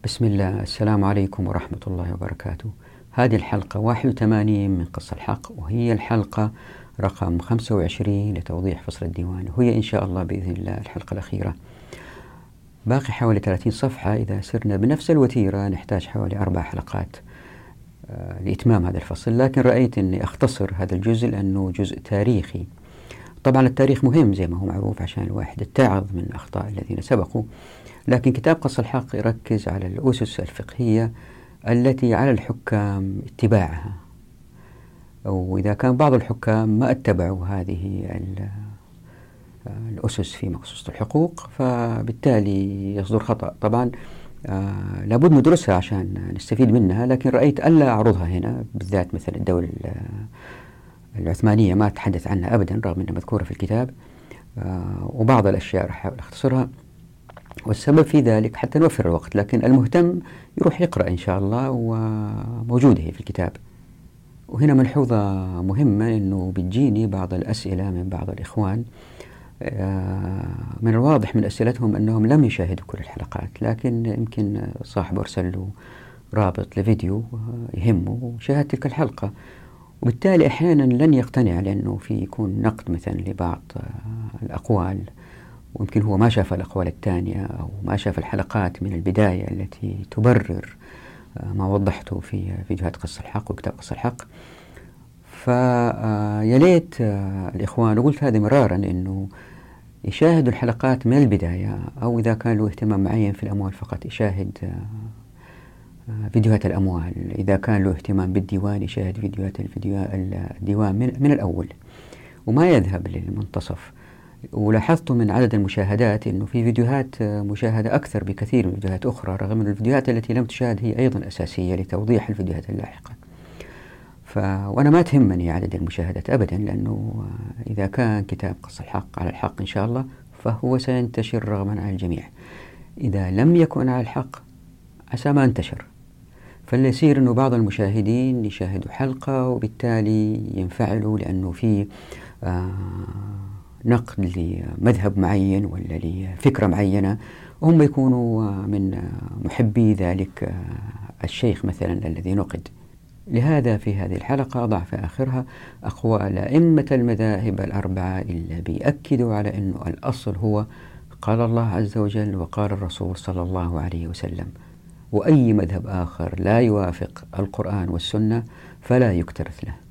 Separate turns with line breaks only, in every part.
بسم الله، السلام عليكم ورحمة الله وبركاته. هذه الحلقة 81 من قص الحق، وهي الحلقة رقم 25 لتوضيح فصل الديوان، وهي إن شاء الله بإذن الله الحلقة الأخيرة. باقي حوالي 30 صفحة. إذا سرنا بنفس الوتيرة نحتاج حوالي 4 حلقات لإتمام هذا الفصل، لكن رأيت أني أختصر هذا الجزء لأنه جزء تاريخي. طبعا التاريخ مهم زي ما هو معروف عشان الواحد يتعظ من أخطاء الذين سبقوا، لكن كتاب قص الحق يركز على الأسس الفقهية التي على الحكام اتباعها، وإذا كان بعض الحكام ما اتبعوا هذه الأسس في مقصوصة الحقوق فبالتالي يصدر خطأ. طبعا لابد ندرسها عشان نستفيد منها، لكن رأيت ألا أعرضها هنا بالذات، مثل الدولة العثمانية ما أتحدث عنها أبدا رغم أنها مذكورة في الكتاب، وبعض الأشياء راح أحاول أختصرها، والسبب في ذلك حتى نوفر الوقت. لكن المهتم يروح يقرأ إن شاء الله، وموجودة هي في الكتاب. وهنا ملحوظة مهمة، أنه بتجيني بعض الأسئلة من بعض الإخوان. من الواضح من أسئلتهم أنهم لم يشاهدوا كل الحلقات، لكن يمكن صاحب أرسل له رابط لفيديو يهمه وشاهد تلك الحلقة، وبالتالي أحيانا لن يقتنع، لأنه في يكون نقد مثلا لبعض الأقوال، ويمكن هو ما شاف الأقوال الثانية أو ما شاف الحلقات من البداية التي تبرر ما وضحته في فيديوهات قص الحق وكتاب قص الحق. فيليت الإخوان، وقلت هذا مرارا، أنه يشاهدوا الحلقات من البداية، أو إذا كان له اهتمام معين في الأموال فقط يشاهد فيديوهات الأموال، إذا كان له اهتمام بالديوان يشاهد فيديوهات الديوان من الأول وما يذهب للمنتصف. ولاحظت من عدد المشاهدات أنه في فيديوهات مشاهدة أكثر بكثير من فيديوهات أخرى، رغم أن الفيديوهات التي لم تشاهد هي أيضا أساسية لتوضيح الفيديوهات اللاحقة. وأنا ما تهمني عدد المشاهدات أبدا، لأنه إذا كان كتاب قص الحق على الحق إن شاء الله فهو سينتشر رغما عن الجميع. إذا لم يكن على الحق عسى ما انتشر، فاللي يصير أنه بعض المشاهدين يشاهدوا حلقة وبالتالي ينفعلوا لأنه في نقد لمذهب معين ولا لفكرة معينة، وهم يكونوا من محبي ذلك الشيخ مثلا الذي نقد. لهذا في هذه الحلقة أضع في آخرها أقوال أئمة المذاهب الأربعة اللي بيأكدوا على أنه الأصل هو قال الله عز وجل وقال الرسول صلى الله عليه وسلم، وأي مذهب آخر لا يوافق القرآن والسنة فلا يكترث له.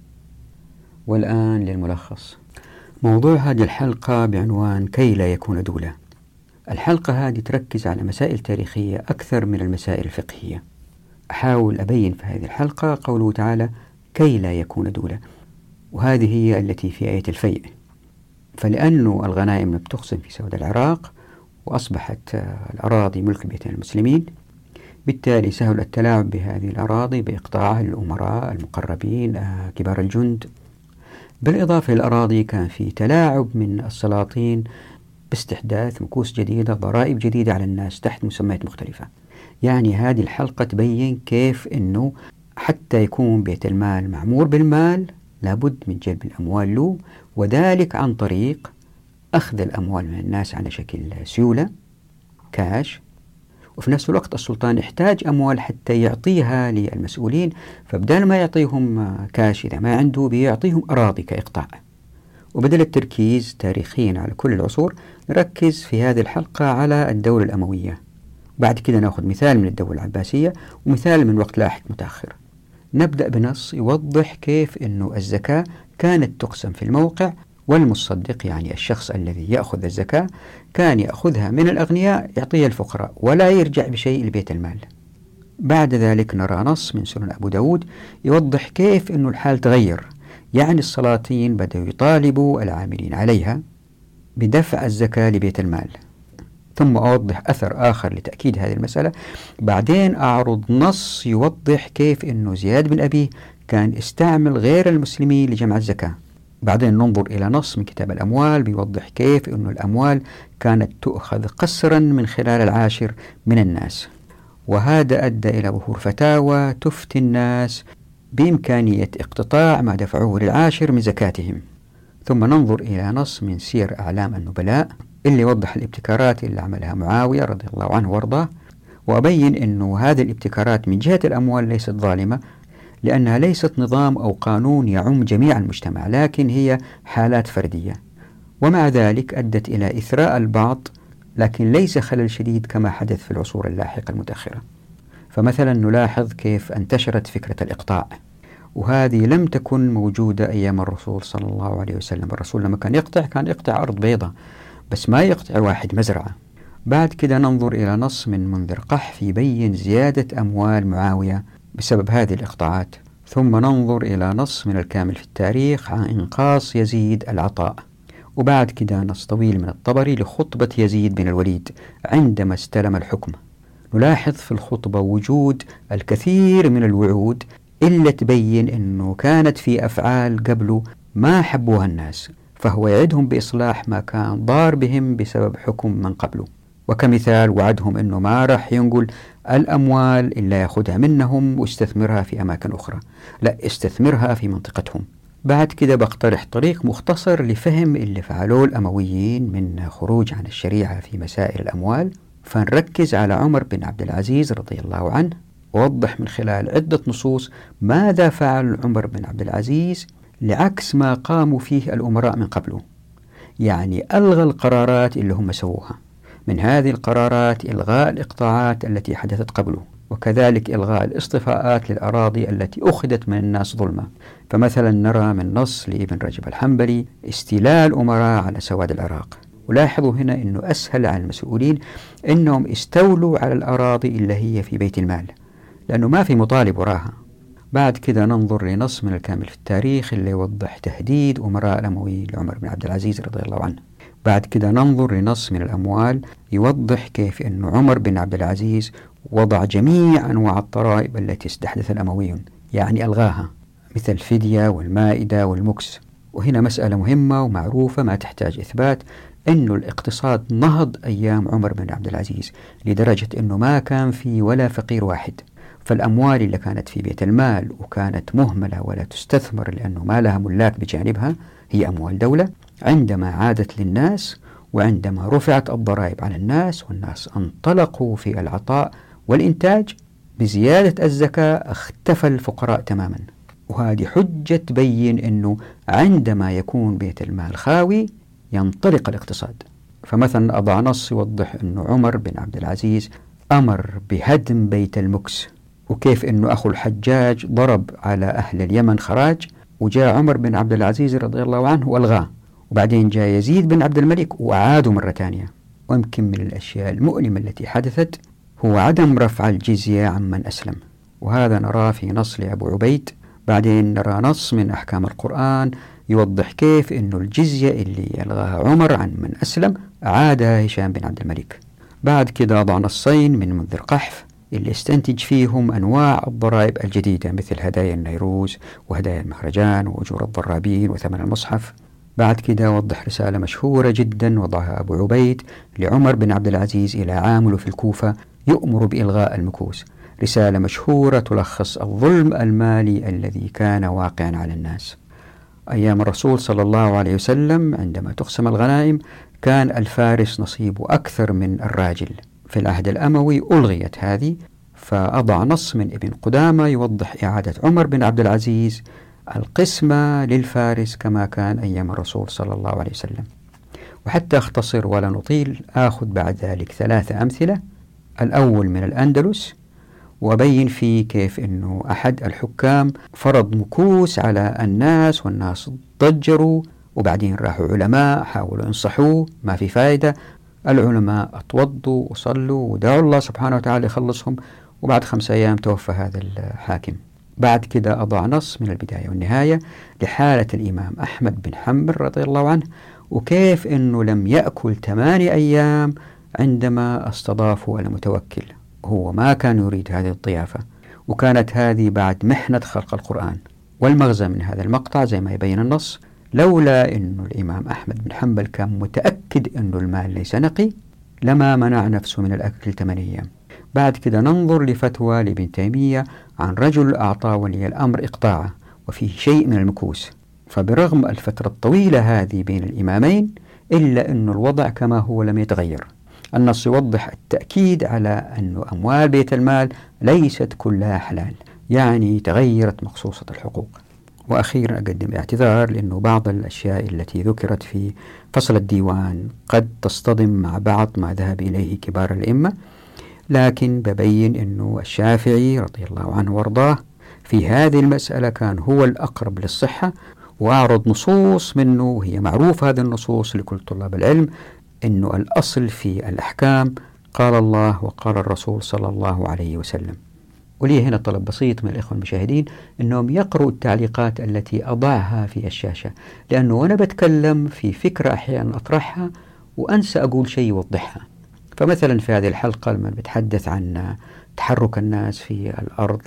والآن للملخص. موضوع هذه الحلقة بعنوان كي لا يكون دولة. الحلقة هذه تركز على مسائل تاريخية أكثر من المسائل الفقهية. أحاول أبين في هذه الحلقة قوله تعالى كي لا يكون دولة، وهذه هي التي في آية الفيء. فلأنه الغنائم بتقسم في سود العراق وأصبحت الأراضي ملك بيت المسلمين، بالتالي سهل التلاعب بهذه الأراضي بإقطاعها للأمراء المقربين كبار الجند. بالإضافة للأراضي كان في تلاعب من السلاطين باستحداث مكوس جديدة، ضرائب جديدة على الناس تحت مسميات مختلفة. يعني هذه الحلقة تبين كيف أنه حتى يكون بيت المال معمور بالمال لابد من جلب الأموال له، وذلك عن طريق أخذ الأموال من الناس على شكل سيولة كاش، وفي نفس الوقت السلطان يحتاج أموال حتى يعطيها للمسؤولين، فبدل ما يعطيهم كاش إذا ما عنده بيعطيهم أراضي كإقطاع. وبدل التركيز تاريخيا على كل العصور نركز في هذه الحلقة على الدولة الأموية، بعد كده نأخذ مثال من الدولة العباسية ومثال من وقت لاحق متأخر. نبدأ بنص يوضح كيف أنه الزكاة كانت تقسم في الموقع، والمصدق يعني الشخص الذي يأخذ الزكاة كان يأخذها من الأغنياء يعطيها الفقراء ولا يرجع بشيء لبيت المال. بعد ذلك نرى نص من سنن أبو داود يوضح كيف أنه الحال تغير، يعني السلاطين بدأوا يطالبوا العاملين عليها بدفع الزكاة لبيت المال. ثم أوضح أثر آخر لتأكيد هذه المسألة. بعدين أعرض نص يوضح كيف أنه زياد بن أبيه كان استعمل غير المسلمين لجمع الزكاة. بعدين ننظر إلى نص من كتاب الأموال بيوضح كيف أنه الأموال كانت تؤخذ قسرا من خلال العاشر من الناس، وهذا أدى إلى ظهور فتاوى تفتي الناس بإمكانية اقتطاع ما دفعوه للعاشر من زكاتهم. ثم ننظر إلى نص من سير أعلام النبلاء اللي يوضح الابتكارات اللي عملها معاوية رضي الله عنه وارضاه، وأبين أنه هذه الابتكارات من جهة الأموال ليست ظالمة، لأنها ليست نظام أو قانون يعم جميع المجتمع، لكن هي حالات فردية، ومع ذلك أدت إلى إثراء البعض، لكن ليس خلل شديد كما حدث في العصور اللاحقة المتأخرة. فمثلا نلاحظ كيف انتشرت فكرة الإقطاع، وهذه لم تكن موجودة أيام الرسول صلى الله عليه وسلم. الرسول لما كان يقطع أرض بيضاء، بس ما يقطع واحد مزرعة. بعد كده ننظر إلى نص من منذر قحف يبين زيادة أموال معاوية بسبب هذه الإقطاعات، ثم ننظر إلى نص من الكامل في التاريخ عن إنقاص يزيد العطاء، وبعد كده نص طويل من الطبري لخطبة يزيد بن الوليد عندما استلم الحكم. نلاحظ في الخطبة وجود الكثير من الوعود إلا تبين أنه كانت في أفعال قبله ما حبوها الناس، فهو يعدهم بإصلاح ما كان ضار بهم بسبب حكم من قبله. وكمثال وعدهم أنه ما راح ينقل الأموال إلا يأخذها منهم واستثمرها في أماكن أخرى، لا، استثمرها في منطقتهم. بعد كده بقترح طريق مختصر لفهم اللي فعلوه الأمويين من خروج عن الشريعة في مسائل الأموال، فنركز على عمر بن عبد العزيز رضي الله عنه، ووضح من خلال عدة نصوص ماذا فعل عمر بن عبد العزيز لعكس ما قاموا فيه الأمراء من قبله. يعني ألغى القرارات اللي هم سووها، من هذه القرارات إلغاء الإقطاعات التي حدثت قبله، وكذلك إلغاء الاصطفاءات للأراضي التي أخذت من الناس ظلما. فمثلا نرى من نص لابن رجب الحنبلي استيلاء الأمراء على سواد العراق، ولاحظوا هنا أنه أسهل على المسؤولين أنهم استولوا على الأراضي اللي هي في بيت المال، لأنه ما في مطالب وراها. بعد كده ننظر لنص من الكامل في التاريخ اللي يوضح تهديد أمراء الأمويين لعمر بن عبد العزيز رضي الله عنه. بعد كده ننظر لنص من الأموال يوضح كيف أن عمر بن عبد العزيز وضع جميع أنواع الضرائب التي استحدث الأمويون، يعني ألغاها، مثل الفدية والمائدة والمكس. وهنا مسألة مهمة ومعروفة ما تحتاج إثبات، أنه الاقتصاد نهض أيام عمر بن عبد العزيز لدرجة أنه ما كان في ولا فقير واحد. فالأموال اللي كانت في بيت المال وكانت مهملة ولا تستثمر لأنه ما لها ملاك بجانبها هي أموال دولة، عندما عادت للناس وعندما رفعت الضرائب على الناس والناس انطلقوا في العطاء والإنتاج بزيادة الزكاة، اختفى الفقراء تماما. وهذه حجة تبين أنه عندما يكون بيت المال خاوي ينطلق الاقتصاد. فمثلا أضع نص يوضح أنه عمر بن عبد العزيز أمر بهدم بيت المكس، وكيف أنه أخو الحجاج ضرب على أهل اليمن خراج، وجاء عمر بن عبد العزيز رضي الله عنه وألغاه، وبعدين جاء يزيد بن عبد الملك وأعاده مرة ثانية. ويمكن من الأشياء المؤلمة التي حدثت هو عدم رفع الجزية عمن أسلم، وهذا نراه في نص لأبو عبيد. بعدين نرى نص من أحكام القرآن يوضح كيف أنه الجزية اللي ألغاها عمر عن من أسلم أعادها هشام بن عبد الملك. بعد كده أضع نصين من منذر قحف اللي استنتج فيهم أنواع الضرائب الجديدة، مثل هدايا النيروز وهدايا المهرجان وأجور الضرابين وثمن المصحف. بعد كده وضح رسالة مشهورة جدا وضعها أبو عبيد لعمر بن عبد العزيز إلى عامل في الكوفة يؤمر بإلغاء المكوس، رسالة مشهورة تلخص الظلم المالي الذي كان واقعا على الناس. أيام الرسول صلى الله عليه وسلم عندما تقسم الغنائم كان الفارس نصيبه أكثر من الراجل. في العهد الأموي ألغيت هذه، فأضع نص من ابن قدامة يوضح إعادة عمر بن عبد العزيز القسمة للفارس كما كان أيام الرسول صلى الله عليه وسلم. وحتى أختصر ولا نطيل آخذ بعد ذلك 3 أمثلة. الأول من الأندلس، وأبين فيه كيف أنه أحد الحكام فرض مكوس على الناس والناس ضجروا، وبعدين راحوا علماء حاولوا ينصحوه، ما في فائدة. العلماء اتوضوا وصلوا ودعوا الله سبحانه وتعالى يخلصهم، وبعد 5 أيام توفى هذا الحاكم. بعد كده أضع نص من البداية والنهاية لحالة الإمام أحمد بن حنبل رضي الله عنه، وكيف أنه لم يأكل 8 أيام عندما استضافوا المتوكل، هو ما كان يريد هذه الضيافة، وكانت هذه بعد محنة خلق القرآن. والمغزى من هذا المقطع زي ما يبين النص، لولا أنه الإمام أحمد بن حنبل كان متأكد أنه المال ليس نقي لما منع نفسه من الأكل 8 أيام. بعد كده ننظر لفتوى لابن تيمية عن رجل أعطى ولي الأمر إقطاعه وفيه شيء من المكوس، فبرغم الفترة الطويلة هذه بين الإمامين إلا أن الوضع كما هو لم يتغير. النص يوضح التأكيد على أن أموال بيت المال ليست كلها حلال، يعني تغيرت مقصوصة الحقوق. وأخيرا أقدم اعتذار لأنه بعض الأشياء التي ذكرت في فصل الديوان قد تصطدم مع بعض ما ذهب إليه كبار الأئمة، لكن ببين أنه الشافعي رضي الله عنه وارضاه في هذه المسألة كان هو الأقرب للصحة، وأعرض نصوص منه وهي معروف هذه النصوص لكل طلاب العلم، أنه الأصل في الأحكام قال الله وقال الرسول صلى الله عليه وسلم. ولي هنا طلب بسيط من الإخوة المشاهدين أنهم يقرأوا التعليقات التي أضعها في الشاشة، لأنه وأنا بتكلم في فكرة أحيانا أطرحها وأنسى أقول شيء يوضحها. فمثلا في هذه الحلقة لما بتحدث عن تحرك الناس في الأرض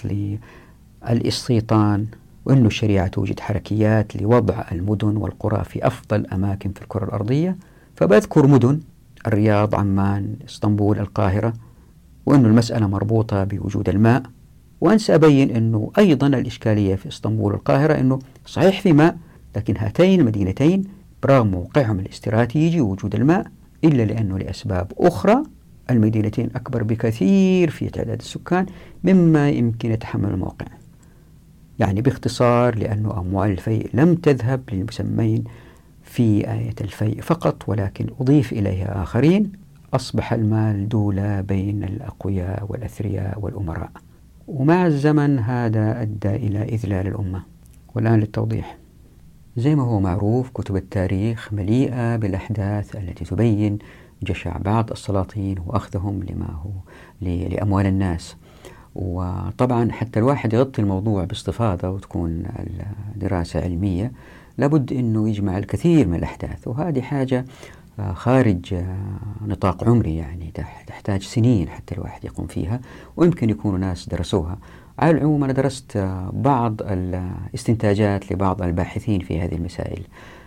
للاستيطان، وأن الشريعة توجد حركيات لوضع المدن والقرى في أفضل أماكن في الكرة الأرضية، فبذكر مدن الرياض، عمان، اسطنبول، القاهرة، وأن المسألة مربوطة بوجود الماء، وأنسى أبين أنه أيضا الإشكالية في اسطنبول والقاهرة أنه صحيح في ماء، لكن هاتين المدينتين برغم موقعهم الاستراتيجي ووجود الماء إلا لأنه لأسباب أخرى المدينتين أكبر بكثير في تعداد السكان مما يمكن يتحمل الموقع. يعني باختصار لأنه أموال الفيء لم تذهب للمسمين في آية الفيء فقط، ولكن أضيف إليها آخرين، أصبح المال دولة بين الأقوياء والأثرياء والأمراء، ومع الزمن هذا أدى إلى إذلال الأمة. والآن للتوضيح. زي ما هو معروف كتب التاريخ مليئة بالأحداث التي تبين جشع بعض السلاطين وأخذهم لأموال الناس، وطبعا حتى الواحد يغطي الموضوع باستفاضة وتكون الدراسة علمية لابد أنه يجمع الكثير من الأحداث، وهذه حاجة خارج نطاق عمري، يعني تحتاج سنين حتى الواحد يقوم فيها، ويمكن يكونوا ناس درسوها. على العموم أنا درست بعض الاستنتاجات لبعض الباحثين في هذه المسائل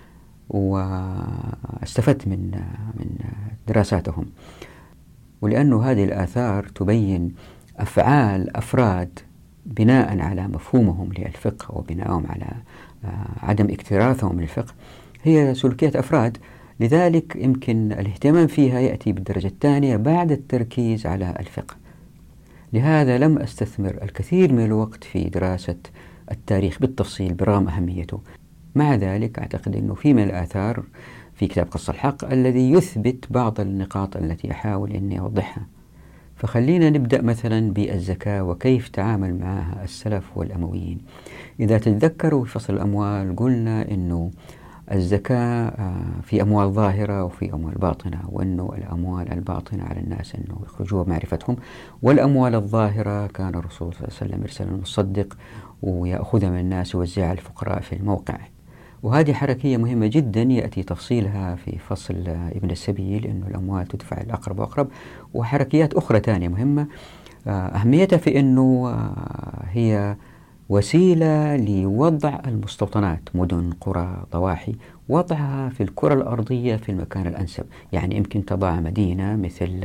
واستفدت من دراساتهم، ولأنه هذه الآثار تبين أفعال أفراد بناء على مفهومهم للفقه وبناءهم على عدم اكتراثهم للفقه هي سلوكيات أفراد، لذلك يمكن الاهتمام فيها يأتي بالدرجة الثانية بعد التركيز على الفقه. لهذا لم أستثمر الكثير من الوقت في دراسة التاريخ بالتفصيل برغم أهميته. مع ذلك أعتقد أنه في من الآثار في كتاب قص الحق الذي يثبت بعض النقاط التي أحاول أني أوضحها. فخلينا نبدأ مثلا بالزكاة وكيف تعامل معها السلف والأمويين. إذا تتذكروا في فصل الأموال قلنا أنه الزكاة في أموال ظاهرة وفي أموال باطنة، وأنه الأموال الباطنة على الناس أنه يخرجوها بمعرفتهم، والأموال الظاهرة كان الرسول صلى الله عليه وسلم يرسل المصدق ويأخذها من الناس ويوزعها على الفقراء في الموقع. وهذه حركية مهمة جدا يأتي تفصيلها في فصل ابن السبيل، أنه الأموال تدفع الأقرب وأقرب، وحركيات أخرى تانية مهمة أهميتها في أنه هي وسيلة لوضع المستوطنات، مدن، قرى، ضواحي، وضعها في الكرة الأرضية في المكان الأنسب. يعني يمكن تضع مدينة مثل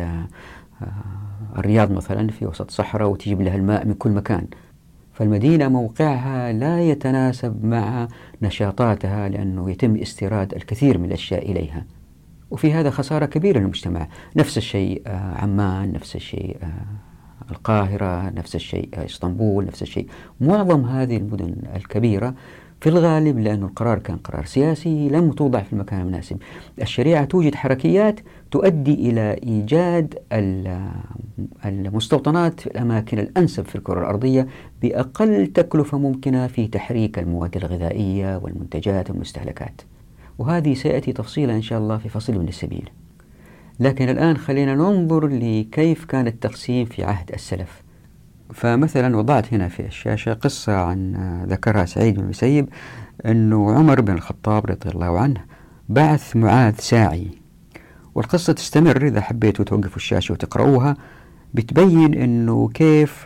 الرياض مثلا في وسط صحراء وتجيب لها الماء من كل مكان، فالمدينة موقعها لا يتناسب مع نشاطاتها لأنه يتم استيراد الكثير من الأشياء إليها، وفي هذا خسارة كبيرة للمجتمع. نفس الشيء عمان، نفس الشيء القاهرة، نفس الشيء اسطنبول، نفس الشيء معظم هذه المدن الكبيرة في الغالب لأن القرار كان قرار سياسي لم توضع في المكان المناسب. الشريعة توجد حركيات تؤدي إلى إيجاد المستوطنات في الأماكن الأنسب في الكرة الأرضية بأقل تكلفة ممكنة في تحريك المواد الغذائية والمنتجات والمستهلكات، وهذه سيأتي تفصيلا إن شاء الله في فصل ابن السبيل. لكن الآن خلينا ننظر لكيف كان التقسيم في عهد السلف. فمثلا وضعت هنا في الشاشة قصة عن ذكرها سعيد بن المسيب، أنه عمر بن الخطاب رضي الله عنه بعث معاذ ساعي، والقصة تستمر إذا حبيتوا توقفوا الشاشة وتقرؤوها، بتبين أنه كيف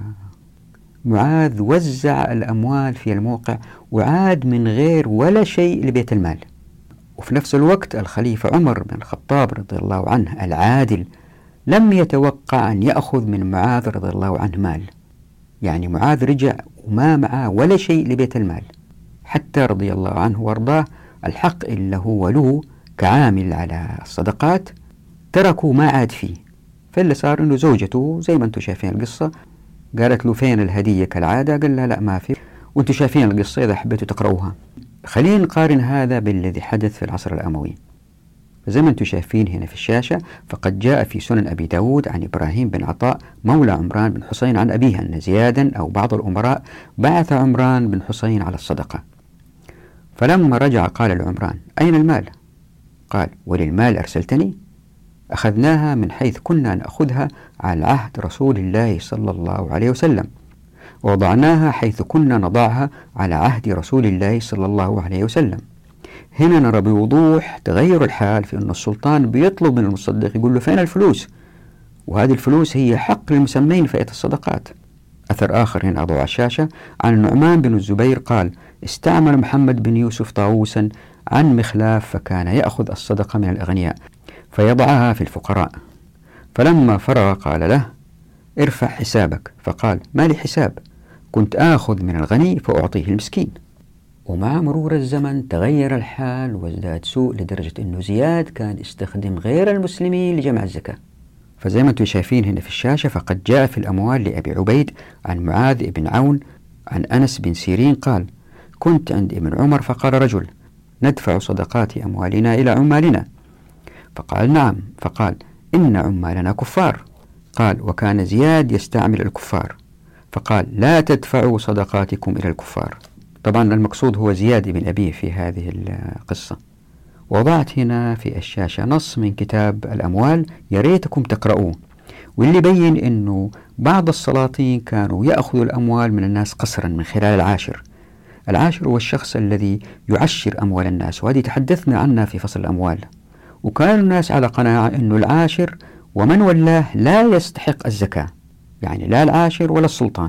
معاذ وزع الأموال في الموقع وعاد من غير ولا شيء لبيت المال. وفي نفس الوقت الخليفة عمر بن الخطاب رضي الله عنه العادل لم يتوقع أن يأخذ من معاذ رضي الله عنه مال، يعني معاذ رجع وما معه ولا شيء لبيت المال، حتى رضي الله عنه وارضاه الحق اللي هو له كعامل على الصدقات تركوا ما عاد فيه. فاللي صار أنه زوجته زي ما أنتم شايفين القصة قالت له فين الهدية كالعادة؟ قال لها لا ما في، وأنتم شايفين القصة إذا حبيتوا تقرأوها. خلينا نقارن هذا بالذي حدث في العصر الأموي. زي ما أنتم شايفين هنا في الشاشة، فقد جاء في سنن أبي داود عن إبراهيم بن عطاء مولى عمران بن حسين عن أبيه أن زيادا أو بعض الأمراء بعث عمران بن حسين على الصدقة، فلما رجع قال لعمران أين المال؟ قال وللمال أرسلتني؟ أخذناها من حيث كنا نأخذها على عهد رسول الله صلى الله عليه وسلم، ووضعناها حيث كنا نضعها على عهد رسول الله صلى الله عليه وسلم. هنا نرى بوضوح تغير الحال في أن السلطان بيطلب من المصدق يقول له فين الفلوس، وهذه الفلوس هي حق للمسمين فئة الصدقات. أثر آخر هنا أضع على الشاشة عن النعمان بن الزبير قال استعمل محمد بن يوسف طاووسا عن مخلاف فكان يأخذ الصدقة من الأغنياء فيضعها في الفقراء، فلما فرغ قال له ارفع حسابك، فقال ما لي حساب، كنت آخذ من الغني فأعطيه المسكين. ومع مرور الزمن تغير الحال وازداد سوء لدرجة أنه زياد كان يستخدم غير المسلمين لجمع الزكاة. فزي ما انتم شايفين هنا في الشاشة، فقد جاء في الأموال لأبي عبيد عن معاذ بن عون عن أنس بن سيرين قال كنت عند ابن عمر فقال رجل ندفع صدقات أموالنا إلى عمالنا؟ فقال نعم. فقال إن عمالنا كفار. قال وكان زياد يستعمل الكفار، فقال لا تدفعوا صدقاتكم إلى الكفار. طبعا المقصود هو زياد بن أبيه في هذه القصة. وضعت هنا في الشاشة نص من كتاب الأموال يريتكم تقرؤوه، واللي بين أنه بعض السلاطين كانوا يأخذوا الأموال من الناس قسرا من خلال العاشر. العاشر هو الشخص الذي يعشر أموال الناس، وهذه تحدثنا عنها في فصل الأموال. وكان الناس على قناعة أنه العاشر ومن ولاه لا يستحق الزكاة، يعني لا العاشر ولا السلطان،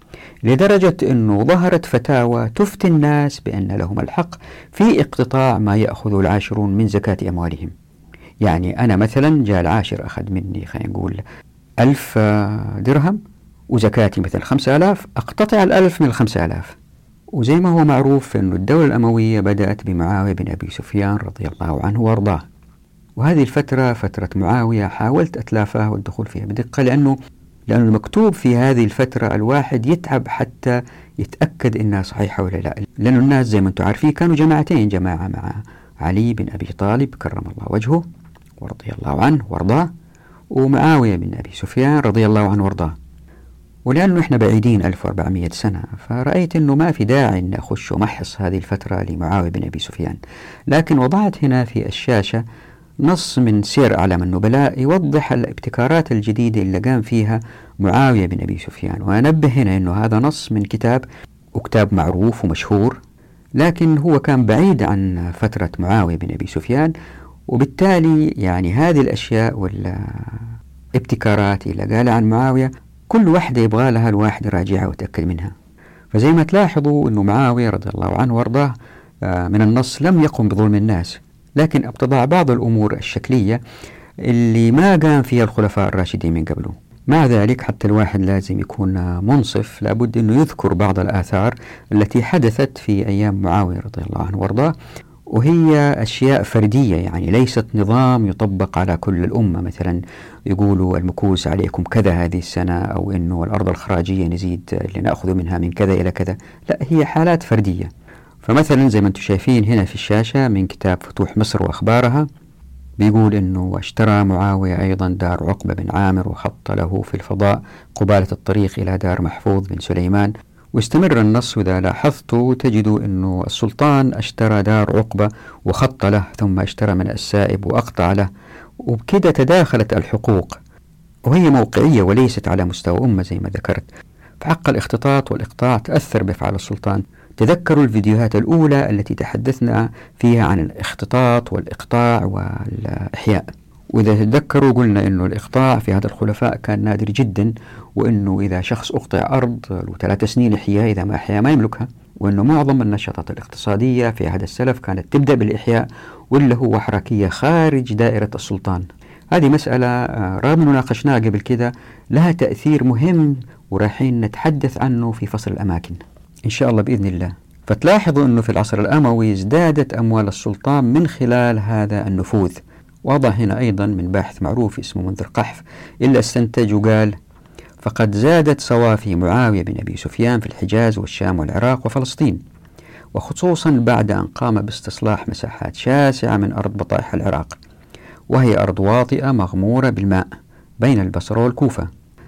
لدرجة أنه ظهرت فتاوى تفتي الناس بأن لهم الحق في اقتطاع ما يأخذ العاشرون من زكاة أموالهم. يعني أنا مثلا جاء العاشر أخذ مني خلينا نقول 1000 درهم وزكاتي مثل 5000، أقتطع 1000 من 5000. وزي ما هو معروف أن الدولة الأموية بدأت بمعاوية بن أبي سفيان رضي الله عنه وارضاه، وهذه الفترة فترة معاوية حاولت أتلافها والدخول فيها بدقة، لأنه المكتوب في هذه الفترة الواحد يتعب حتى يتأكد إنها صحيحة ولا لا، لأن الناس زي ما أنتم عارفين كانوا جماعتين، جماعة مع علي بن أبي طالب كرم الله وجهه ورضي الله عنه وارضاه، ومعاوية بن أبي سفيان رضي الله عنه وارضاه. ولأنه إحنا بعيدين 1400 سنة، فرأيت أنه ما في داعي أن أخش ومحص هذه الفترة لمعاوية بن أبي سفيان، لكن وضعت هنا في الشاشة نص من سير أعلام النبلاء يوضح الابتكارات الجديدة اللي قام فيها معاوية بن أبي سفيان. وأنبه هنا أنه هذا نص من كتاب، وكتاب معروف ومشهور، لكن هو كان بعيد عن فترة معاوية بن أبي سفيان، وبالتالي يعني هذه الأشياء والابتكارات اللي قالها عن معاوية كل واحدة يبغى لها الواحد يراجعها ويتأكد منها. فزي ما تلاحظوا أنه معاوية رضي الله عنه وارضاه من النص لم يقم بظلم الناس، لكن ابتضع بعض الأمور الشكلية اللي ما قام فيها الخلفاء الراشدين من قبله. مع ذلك حتى الواحد لازم يكون منصف، لابد أنه يذكر بعض الآثار التي حدثت في أيام معاوية رضي الله عنه وارضاه، وهي أشياء فردية، يعني ليست نظام يطبق على كل الأمة. مثلا يقولوا المكوس عليكم كذا هذه السنة، أو أنه الأرض الخراجية نزيد اللي نأخذ منها من كذا إلى كذا، لا، هي حالات فردية. فمثلا زي ما انتم شايفين هنا في الشاشة من كتاب فتوح مصر وأخبارها، بيقول أنه اشترى معاوية أيضا دار عقبة بن عامر وخط له في الفضاء قبالة الطريق إلى دار محفوظ بن سليمان. واستمر النص، وإذا لاحظتوا تجدوا أنه السلطان اشترى دار عقبة وخط له، ثم اشترى من السائب وأقطع له، وبكده تداخلت الحقوق، وهي موقعية وليست على مستوى أمة زي ما ذكرت. فحق الاختطاط والإقطاع تأثر بفعل السلطان. تذكروا الفيديوهات الأولى التي تحدثنا فيها عن الاختطاط والإقطاع والإحياء، وإذا تذكروا قلنا أنه الإقطاع في هذا الخلفاء كان نادر جدا، وأنه إذا شخص أقطع أرض له 3 سنين إحياء، إذا ما أحيا ما يملكها، وأنه معظم النشاطات الاقتصادية في عهد السلف كانت تبدأ بالإحياء، واللي هو حركية خارج دائرة السلطان. هذه مسألة رغم أنه ناقشناها قبل كده لها تأثير مهم، ورايحين نتحدث عنه في فصل الأماكن إن شاء الله بإذن الله. فتلاحظوا أنه في العصر الأموي ازدادت أموال السلطان من خلال هذا النفوذ، وضع هنا أيضا من باحث معروف اسمه منذر قحف، إلا استنتج وقال: فقد زادت صوافي معاوية بن أبي سفيان في الحجاز والشام والعراق وفلسطين، وخصوصا بعد أن قام باستصلاح مساحات شاسعة من أرض بطائح العراق، وهي أرض واطئة مغمورة بالماء بين البصرة والكوفة،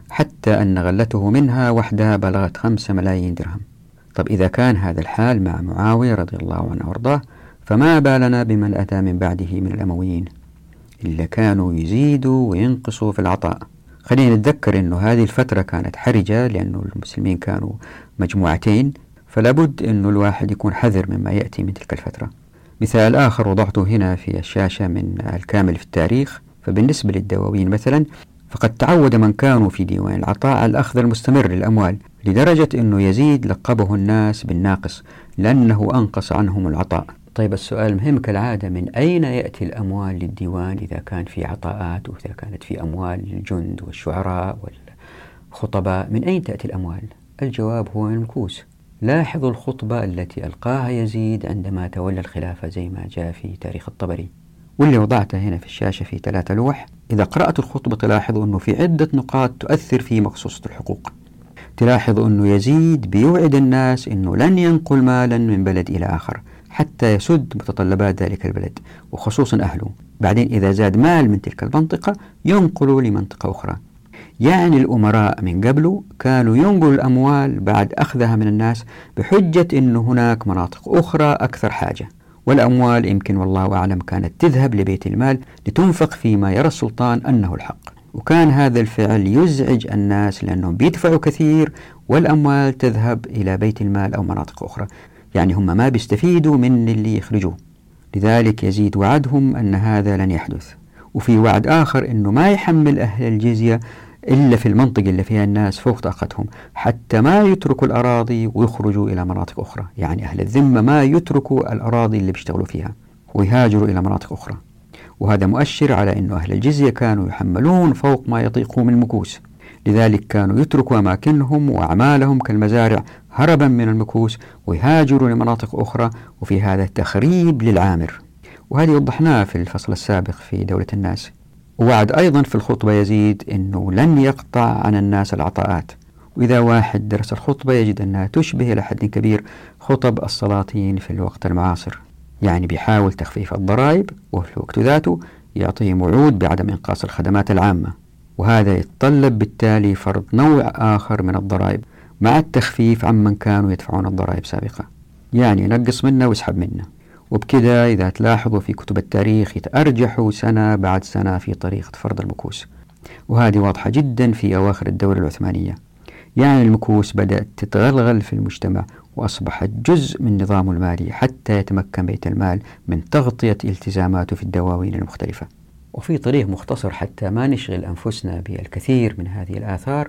حتى أن غلته منها وحدها بلغت 5 ملايين درهم. طب إذا كان هذا الحال مع معاوية رضي الله عنه وارضاه، فما بالنا بمن أتى من بعده من الأمويين اللي كانوا يزيدوا وينقصوا في العطاء. خلينا نتذكر أنه هذه الفترة كانت حرجة، لأنه المسلمين كانوا مجموعتين، فلا بد أنه الواحد يكون حذر مما يأتي من تلك الفترة. مثال آخر وضعته هنا في الشاشة من الكامل في التاريخ، فبالنسبة للدواوين مثلا، فقد تعود من كانوا في ديوان العطاء على الأخذ المستمر للأموال، لدرجة أنه يزيد لقبه الناس بالناقص لأنه أنقص عنهم العطاء. طيب السؤال مهم كالعادة: من أين يأتي الأموال للديوان إذا كان في عطاءات وإذا كانت في أموال للجند والشعراء والخطباء؟ من أين تأتي الأموال؟ الجواب هو من المكوس. لاحظوا الخطبة التي ألقاها يزيد عندما تولى الخلافة زي ما جاء في تاريخ الطبري، واللي وضعتها هنا في الشاشة في 3 لوح. إذا قرأت الخطبة تلاحظوا أنه في عدة نقاط تؤثر في مخصوصة الحقوق. تلاحظوا أنه يزيد بيوعد الناس أنه لن ينقل مالا من بلد إلى آخر حتى يسد متطلبات ذلك البلد وخصوصا أهله. بعدين إذا زاد مال من تلك المنطقة ينقلوا لمنطقة أخرى. يعني الأمراء من قبله كانوا ينقلوا الأموال بعد أخذها من الناس بحجة أن هناك مناطق أخرى أكثر حاجة، والأموال يمكن والله أعلم كانت تذهب لبيت المال لتنفق فيما يرى السلطان أنه الحق. وكان هذا الفعل يزعج الناس لأنهم بيدفعوا كثير والأموال تذهب إلى بيت المال أو مناطق أخرى، يعني هم ما بيستفيدوا من اللي يخرجوه. لذلك يزيد وعدهم أن هذا لن يحدث، وفي وعد آخر أنه ما يحمل أهل الجزية إلا في المنطقة اللي فيها الناس فوق طاقتهم، حتى ما يتركوا الأراضي ويخرجوا إلى مناطق أخرى. يعني أهل الذمة ما يتركوا الأراضي اللي بيشتغلوا فيها ويهاجروا إلى مناطق أخرى. وهذا مؤشر على أن أهل الجزية كانوا يحملون فوق ما يطيقون من المكوس، لذلك كانوا يتركوا أماكنهم وأعمالهم كالمزارع هربا من المكوس ويهاجروا لمناطق أخرى، وفي هذا تخريب للعامر. وهذه وضحناه في الفصل السابق في دولة الناس. ووعد أيضا في الخطبة يزيد أنه لن يقطع عن الناس العطاءات، وإذا واحد درس الخطبة يجد أنها تشبه إلى حد كبير خطب السلاطين في الوقت المعاصر. يعني بيحاول تخفيف الضرائب وفي الوقت ذاته يعطيهم وعود بعدم إنقاص الخدمات العامة، وهذا يتطلب بالتالي فرض نوع آخر من الضرائب مع التخفيف عمن كانوا يدفعون الضرائب سابقا، يعني ينقص منا ويسحب منا. وبكذا إذا تلاحظوا في كتب التاريخ يتأرجحوا سنة بعد سنة في طريقة فرض المكوس، وهذه واضحة جدا في أواخر الدولة العثمانية. يعني المكوس بدأت تتغلغل في المجتمع وأصبحت جزء من نظامه المالي حتى يتمكن بيت المال من تغطية التزاماته في الدواوين المختلفة. وفي طريق مختصر حتى ما نشغل أنفسنا بالكثير من هذه الآثار،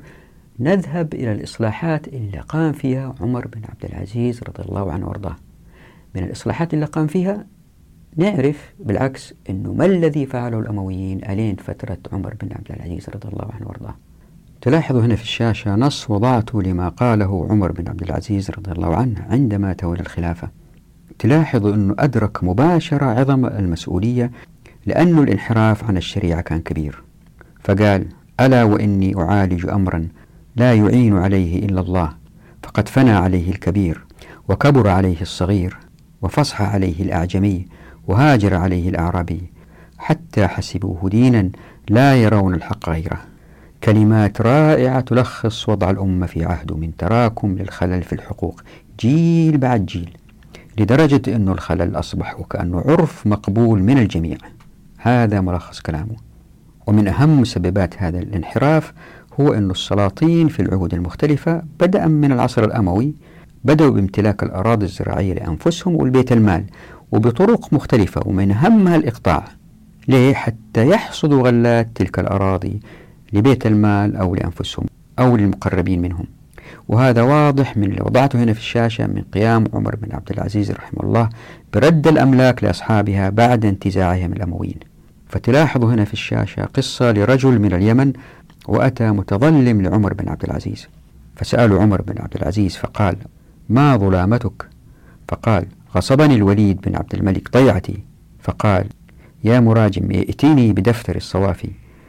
نذهب إلى الإصلاحات اللي قام فيها عمر بن عبد العزيز رضي الله عنه وارضاه. من الإصلاحات اللي قام فيها نعرف بالعكس أنه ما الذي فعله الأمويين ألين فترة عمر بن عبد العزيز رضي الله عنه وارضاه. تلاحظوا هنا في الشاشة نص وضعته لما قاله عمر بن عبد العزيز رضي الله عنه عندما تولى الخلافة. تلاحظوا أنه أدرك مباشرة عظم المسؤولية لأن الانحراف عن الشريعة كان كبير، فقال: ألا وإني أعالج أمرا لا يعين عليه إلا الله، فقد فنى عليه الكبير وكبر عليه الصغير وفصح عليه الأعجمي وهاجر عليه الأعرابي، حتى حسبوه دينا لا يرون الحق غيره. كلمات رائعة تلخص وضع الأمة في عهده من تراكم للخلل في الحقوق جيل بعد جيل، لدرجة أن الخلل أصبح وكأنه عرف مقبول من الجميع. هذا ملخص كلامه. ومن أهم مسببات هذا الانحراف هو أن السلاطين في العهود المختلفة بدءا من العصر الأموي بدأوا بامتلاك الأراضي الزراعية لأنفسهم والبيت المال وبطرق مختلفة، ومن أهمها الإقطاع. ليه؟ حتى يحصدوا غلات تلك الأراضي لبيت المال أو لأنفسهم أو للمقربين منهم. وهذا واضح من اللي وضعته هنا في الشاشة من قيام عمر بن عبد العزيز رحمه الله برد الأملاك لأصحابها بعد انتزاعهم الأمويين. فتلاحظوا هنا في الشاشة قصة لرجل من اليمن وأتى متظلم لعمر بن عبد العزيز، فسأل عمر بن عبد العزيز فقال: ما ظلامتك؟ فقال: غصبني الوليد بن عبد الملك ضيعتي. فقال: يا مراجم ائتني بدفتر الصوافي،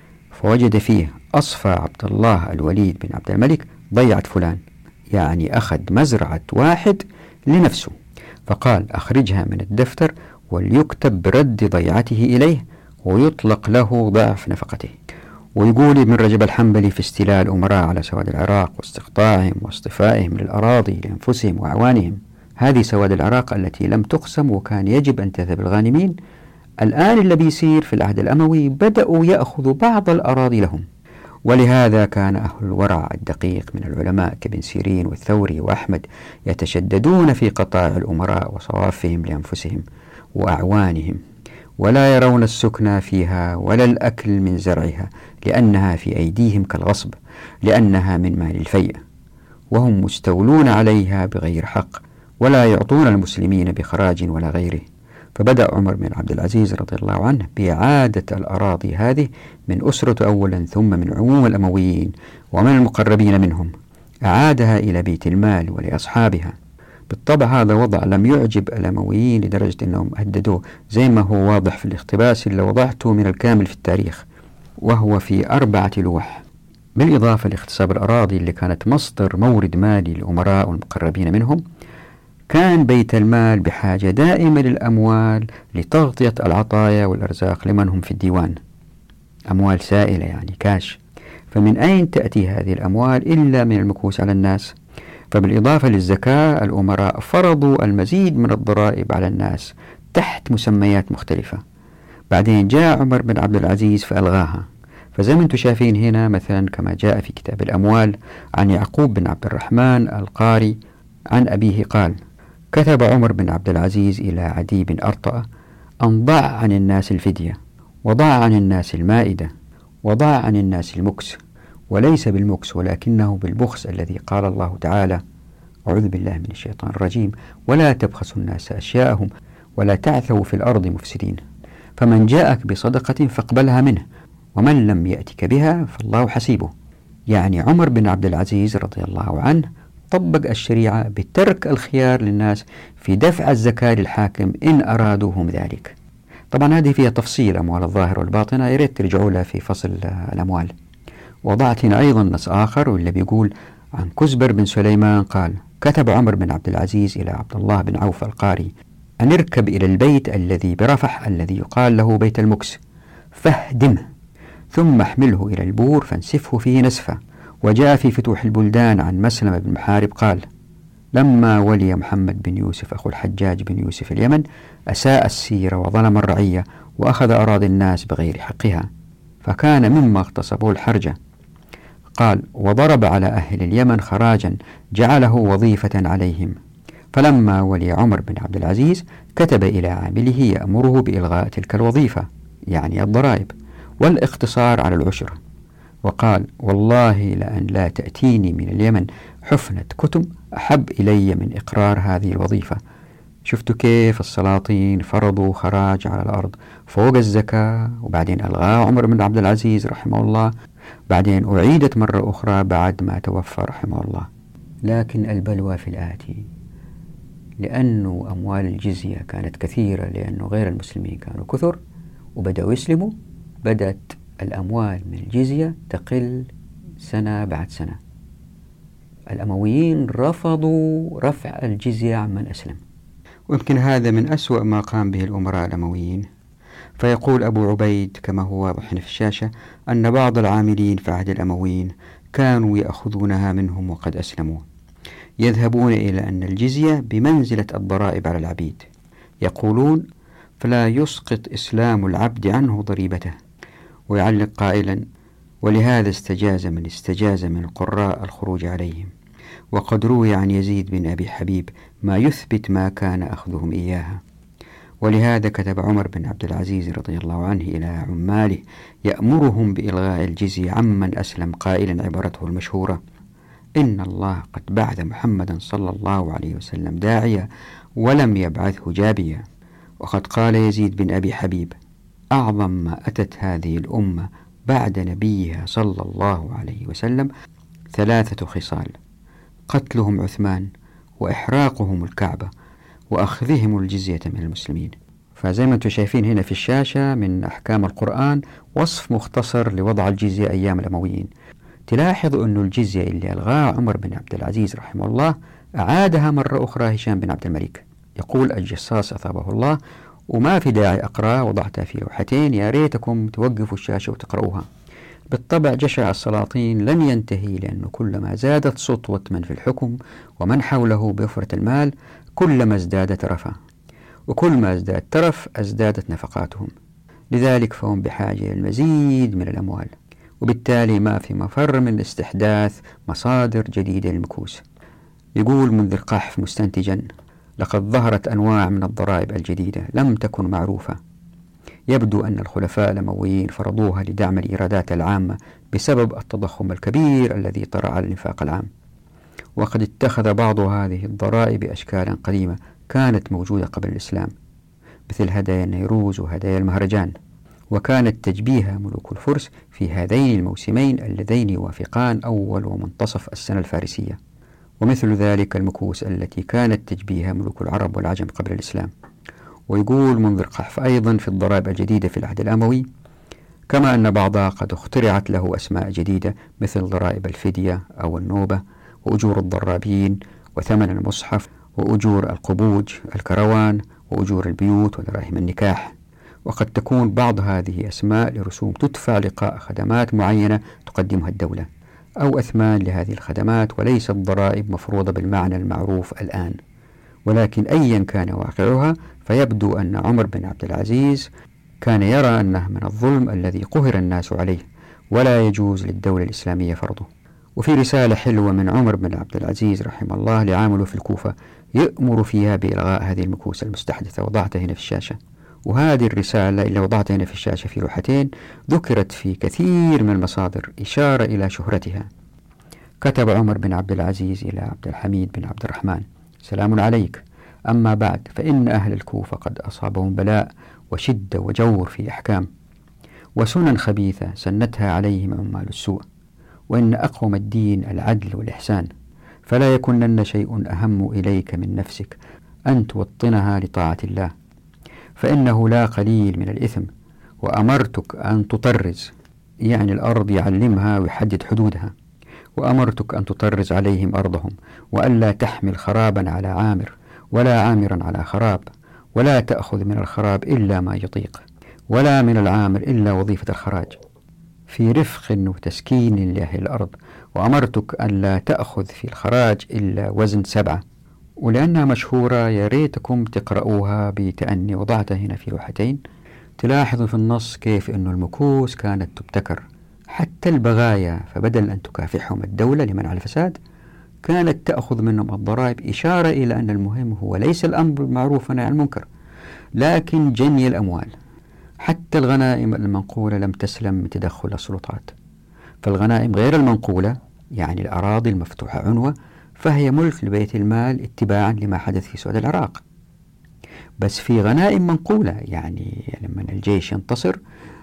فوجد فيه أصفى عبد الله الوليد بن عبد الملك ضيعة فلان، يعني أخذ مزرعة واحد لنفسه، فقال أخرجها من الدفتر وليكتب برد ضيعته إليه ويطلق له ضعف نفقته. ويقول ابن رجب الحنبلي في استيلاء الأمراء على سواد العراق واستقطاعهم واصطفائهم للأراضي لأنفسهم وأعوانهم، هذه سواد العراق التي لم تقسم وكان يجب أن تذهب الغانمين، الآن اللي بيصير في العهد الأموي بدأوا يأخذوا بعض الأراضي لهم. ولهذا كان أهل الورع الدقيق من العلماء كابن سيرين والثوري وأحمد يتشددون في قطاع الأمراء وصوافهم لأنفسهم وأعوانهم، ولا يرون السكنى فيها ولا الأكل من زرعها، لأنها في أيديهم كالغصب، لأنها من مال الفيء، وهم مستولون عليها بغير حق، ولا يعطون المسلمين بخراج ولا غيره. فبدأ عمر بن عبد العزيز رضي الله عنه بإعادة الأراضي هذه من أسرة أولا، ثم من عموم الأمويين ومن المقربين منهم، أعادها إلى بيت المال ولأصحابها. بالطبع هذا وضع لم يعجب الأمويين لدرجة أنهم هددوه، زي ما هو واضح في الاقتباس اللي وضعته من الكامل في التاريخ، وهو في 4 لوح. بالإضافة لاغتصاب الأراضي اللي كانت مصدر مورد مالي للأمراء والمقربين منهم، كان بيت المال بحاجة دائمة للأموال لتغطية العطايا والأرزاق لمن هم في الديوان، أموال سائلة يعني كاش، فمن أين تأتي هذه الأموال إلا من المكوس على الناس؟ فبالإضافة للزكاة الأمراء فرضوا المزيد من الضرائب على الناس تحت مسميات مختلفة. بعدين جاء عمر بن عبد العزيز فألغاها. فزي ما انتم شايفين هنا مثلا كما جاء في كتاب الأموال عن يعقوب بن عبد الرحمن القاري عن أبيه قال: كتب عمر بن عبد العزيز إلى عدي بن أرطأ أن ضع عن الناس الفدية، وضع عن الناس المائدة، وضع عن الناس المكس، وليس بالمكس ولكنه بالبخس الذي قال الله تعالى: أعوذ بالله من الشيطان الرجيم: ولا تبخسوا الناس أشياءهم ولا تعثوا في الأرض مفسدين، فمن جاءك بصدقة فاقبلها منه ومن لم يأتك بها فالله حسيبه. يعني عمر بن عبد العزيز رضي الله عنه طبق الشريعة بترك الخيار للناس في دفع الزكاة للحاكم إن أرادوهم ذلك. طبعا هذه فيها تفصيل أموال الظاهر والباطنة، يريد ترجعوا لها في فصل الأموال. وضعت هنا أيضا نص آخر واللي بيقول عن كزبر بن سليمان قال: كتب عمر بن عبد العزيز إلى عبد الله بن عوف القاري أن اركب إلى البيت الذي برفح الذي يقال له بيت المكس فاهدمه، ثم احمله إلى البور فانسفه فيه نسفا. وجاء في فتوح البلدان عن مسلم بن محارب قال: لما ولي محمد بن يوسف أخو الحجاج بن يوسف اليمن أساء السير وظلم الرعية وأخذ أراضي الناس بغير حقها، فكان مما اغتصبه الحرجة. قال: وضرب على أهل اليمن خراجا جعله وظيفة عليهم. فلما ولي عمر بن عبد العزيز كتب إلى عامله يأمره بإلغاء تلك الوظيفة، يعني الضرائب، والاقتصار على العشر، وقال: والله لأن لا تأتيني من اليمن حفنة كتم أحب إلي من إقرار هذه الوظيفة. شفتوا كيف السلاطين فرضوا خراج على الأرض فوق الزكاة، وبعدين ألغاه عمر بن عبد العزيز رحمه الله، بعدين أعيدت مرة أخرى بعد ما توفى رحمه الله. لكن البلوى في الآتي، لأن أموال الجزية كانت كثيرة، لأن غير المسلمين كانوا كثر وبدأوا يسلموا، بدأت الأموال من الجزية تقل سنة بعد سنة. الأمويين رفضوا رفع الجزية عمن أسلم، ويمكن هذا من أسوأ ما قام به الأمراء الأمويين. فيقول أبو عبيد كما هو واضح في الشاشة أن بعض العاملين في عهد الأمويين كانوا يأخذونها منهم وقد أسلموا، يذهبون إلى أن الجزية بمنزلة الضرائب على العبيد، يقولون: فلا يسقط إسلام العبد عنه ضريبته. ويعلق قائلا: ولهذا استجاز من استجاز من القراء الخروج عليهم. وقد روي عن يزيد بن أبي حبيب ما يثبت ما كان أخذهم إياها. ولهذا كتب عمر بن عبد العزيز رضي الله عنه إلى عماله يأمرهم بإلغاء الجزية عمن أسلم، قائلا عبارته المشهورة: إن الله قد بعث محمدا صلى الله عليه وسلم داعيا ولم يبعثه جابيا. وقد قال يزيد بن أبي حبيب: أعظم ما أتت هذه الأمة بعد نبيها صلى الله عليه وسلم 3 خصال: قتلهم عثمان، وإحراقهم الكعبة، وأخذهم الجزية من المسلمين. فزي ما أنتم شايفين هنا في الشاشة من أحكام القرآن وصف مختصر لوضع الجزية أيام الأمويين. تلاحظوا أن الجزية اللي ألغاها عمر بن عبد العزيز رحمه الله أعادها مرة أخرى هشام بن عبد الملك. يقول الجصاص أثابه الله، وما في داعي أقرأ، وضعتها في لوحتين، يا ريتكم توقفوا الشاشة وتقرؤوها. بالطبع جشع السلاطين لن ينتهي، لأنه كلما زادت سطوة من في الحكم ومن حوله بوفرة المال كلما ازداد ترفا، وكل ما ازداد ترف ازدادت نفقاتهم. لذلك فهم بحاجة إلى المزيد من الأموال، وبالتالي ما في مفر من استحداث مصادر جديدة للمكوس. يقول منذر قحف مستنتجا: لقد ظهرت أنواع من الضرائب الجديدة لم تكن معروفة، يبدو أن الخلفاء الأمويين فرضوها لدعم الإيرادات العامة بسبب التضخم الكبير الذي طرأ على الإنفاق العام. وقد اتخذ بعض هذه الضرائب أشكالا قديمة كانت موجودة قبل الإسلام، مثل هدايا النيروز وهدايا المهرجان، وكانت تجبيها ملوك الفرس في هذين الموسمين اللذين يوافقان أول ومنتصف السنة الفارسية، ومثل ذلك المكوس التي كانت تجبيها ملوك العرب والعجم قبل الإسلام. ويقول منذر قحف أيضا في الضرائب الجديدة في العهد الأموي: كما أن بعضها قد اخترعت له أسماء جديدة مثل ضرائب الفدية أو النوبة، وأجور الضرابين، وثمن المصحف، وأجور القبوج، الكروان، وأجور البيوت، ودراهم النكاح. وقد تكون بعض هذه أسماء لرسوم تدفع لقاء خدمات معينة تقدمها الدولة، أو أثمان لهذه الخدمات، وليست ضرائب مفروضة بالمعنى المعروف الآن. ولكن أيا كان واقعها فيبدو أن عمر بن عبد العزيز كان يرى أنه من الظلم الذي قهر الناس عليه، ولا يجوز للدولة الإسلامية فرضه. وفي رسالة حلوة من عمر بن عبد العزيز رحمه الله لعامله في الكوفة يأمر فيها بإلغاء هذه المكوس المستحدثة، وضعتها هنا في الشاشة. وهذه الرسالة اللي وضعتها هنا في الشاشة في لوحتين ذكرت في كثير من المصادر إشارة إلى شهرتها. كتب عمر بن عبد العزيز إلى عبد الحميد بن عبد الرحمن: سلام عليك، أما بعد فإن أهل الكوفة قد أصابهم بلاء وشدة وجور في أحكام وسنن خبيثة سنتها عليهم عمال السوء، وإن أقوم الدين العدل والإحسان، فلا يكونن شيء أهم إليك من نفسك أن توطنها لطاعة الله، فإنه لا قليل من الإثم، وأمرتك أن تطرز، يعني الأرض يعلمها ويحدد حدودها، وأمرتك أن تطرز عليهم أرضهم، وألا تحمل خرابا على عامر ولا عامرا على خراب، ولا تأخذ من الخراب إلا ما يطيق، ولا من العامر إلا وظيفة الخراج، في رفق وتسكين لأهل الأرض. وأمرتك أن لا تأخذ في الخراج إلا وزن 7. ولأنها مشهورة يا ريتكم تقرؤوها بتأني، وضعتها هنا في لوحتين. تلاحظوا في النص كيف أن المكوس كانت تبتكر حتى البغايا، فبدل أن تكافحهم الدولة لمنع الفساد كانت تأخذ منهم الضرائب، إشارة إلى أن المهم هو ليس الأمر بالمعروف والنهي عن المنكر، لكن جني الأموال. حتى الغنائم المنقولة لم تسلم من تدخل السلطات، فالغنائم غير المنقولة يعني الأراضي المفتوحة عنوة فهي ملك لبيت المال اتباعا لما حدث في سعود العراق. بس في غنائم منقولة، يعني لما الجيش ينتصر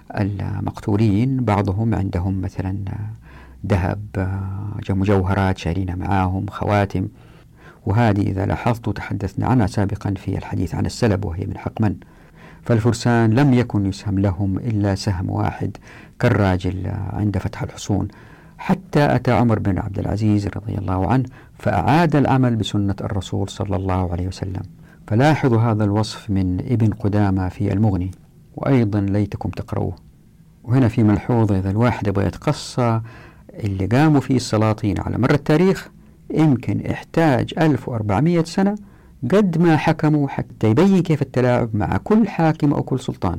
المقتولين بعضهم عندهم مثلا ذهب، مجوهرات شايلينها معاهم، خواتم، وهذه إذا لاحظتوا تحدثنا عنها سابقا في الحديث عن السلب وهي من حق من. فالفرسان لم يكن يسهم لهم إلا سهم واحد كالراجل عند فتح الحصون، حتى أتى عمر بن عبد العزيز رضي الله عنه فأعاد العمل بسنة الرسول صلى الله عليه وسلم. فلاحظوا هذا الوصف من ابن قدامة في المغني، وأيضا ليتكم تقرؤوه. وهنا في ملحوظة، إذا الواحد يبغى يتقصى اللي قاموا فيه السلاطين على مر التاريخ يمكن احتاج 1400 سنة قد ما حكموا حتى يبين كيف التلاعب مع كل حاكم أو كل سلطان.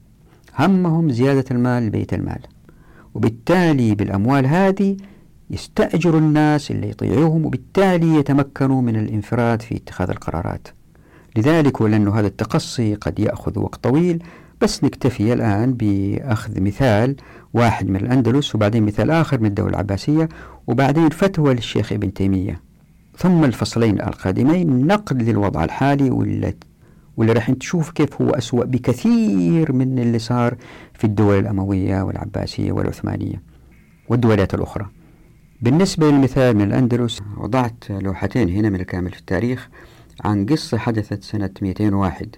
همهم زيادة المال لبيت المال، وبالتالي بالأموال هذه يستأجروا الناس اللي يطيعوهم، وبالتالي يتمكنوا من الانفراد في اتخاذ القرارات. لذلك ولأن هذا التقصي قد يأخذ وقت طويل، بس نكتفي الآن بأخذ مثال واحد من الأندلس، وبعدين مثال آخر من الدولة العباسية، وبعدين فتوى للشيخ ابن تيمية، ثم الفصلين القادمين نقد للوضع الحالي واللي راح تشوف كيف هو أسوأ بكثير من اللي صار في الدول الأموية والعباسية والعثمانية والدولات الأخرى. بالنسبة للمثال من الأندلس وضعت لوحتين هنا من الكامل في التاريخ عن قصة حدثت سنة 201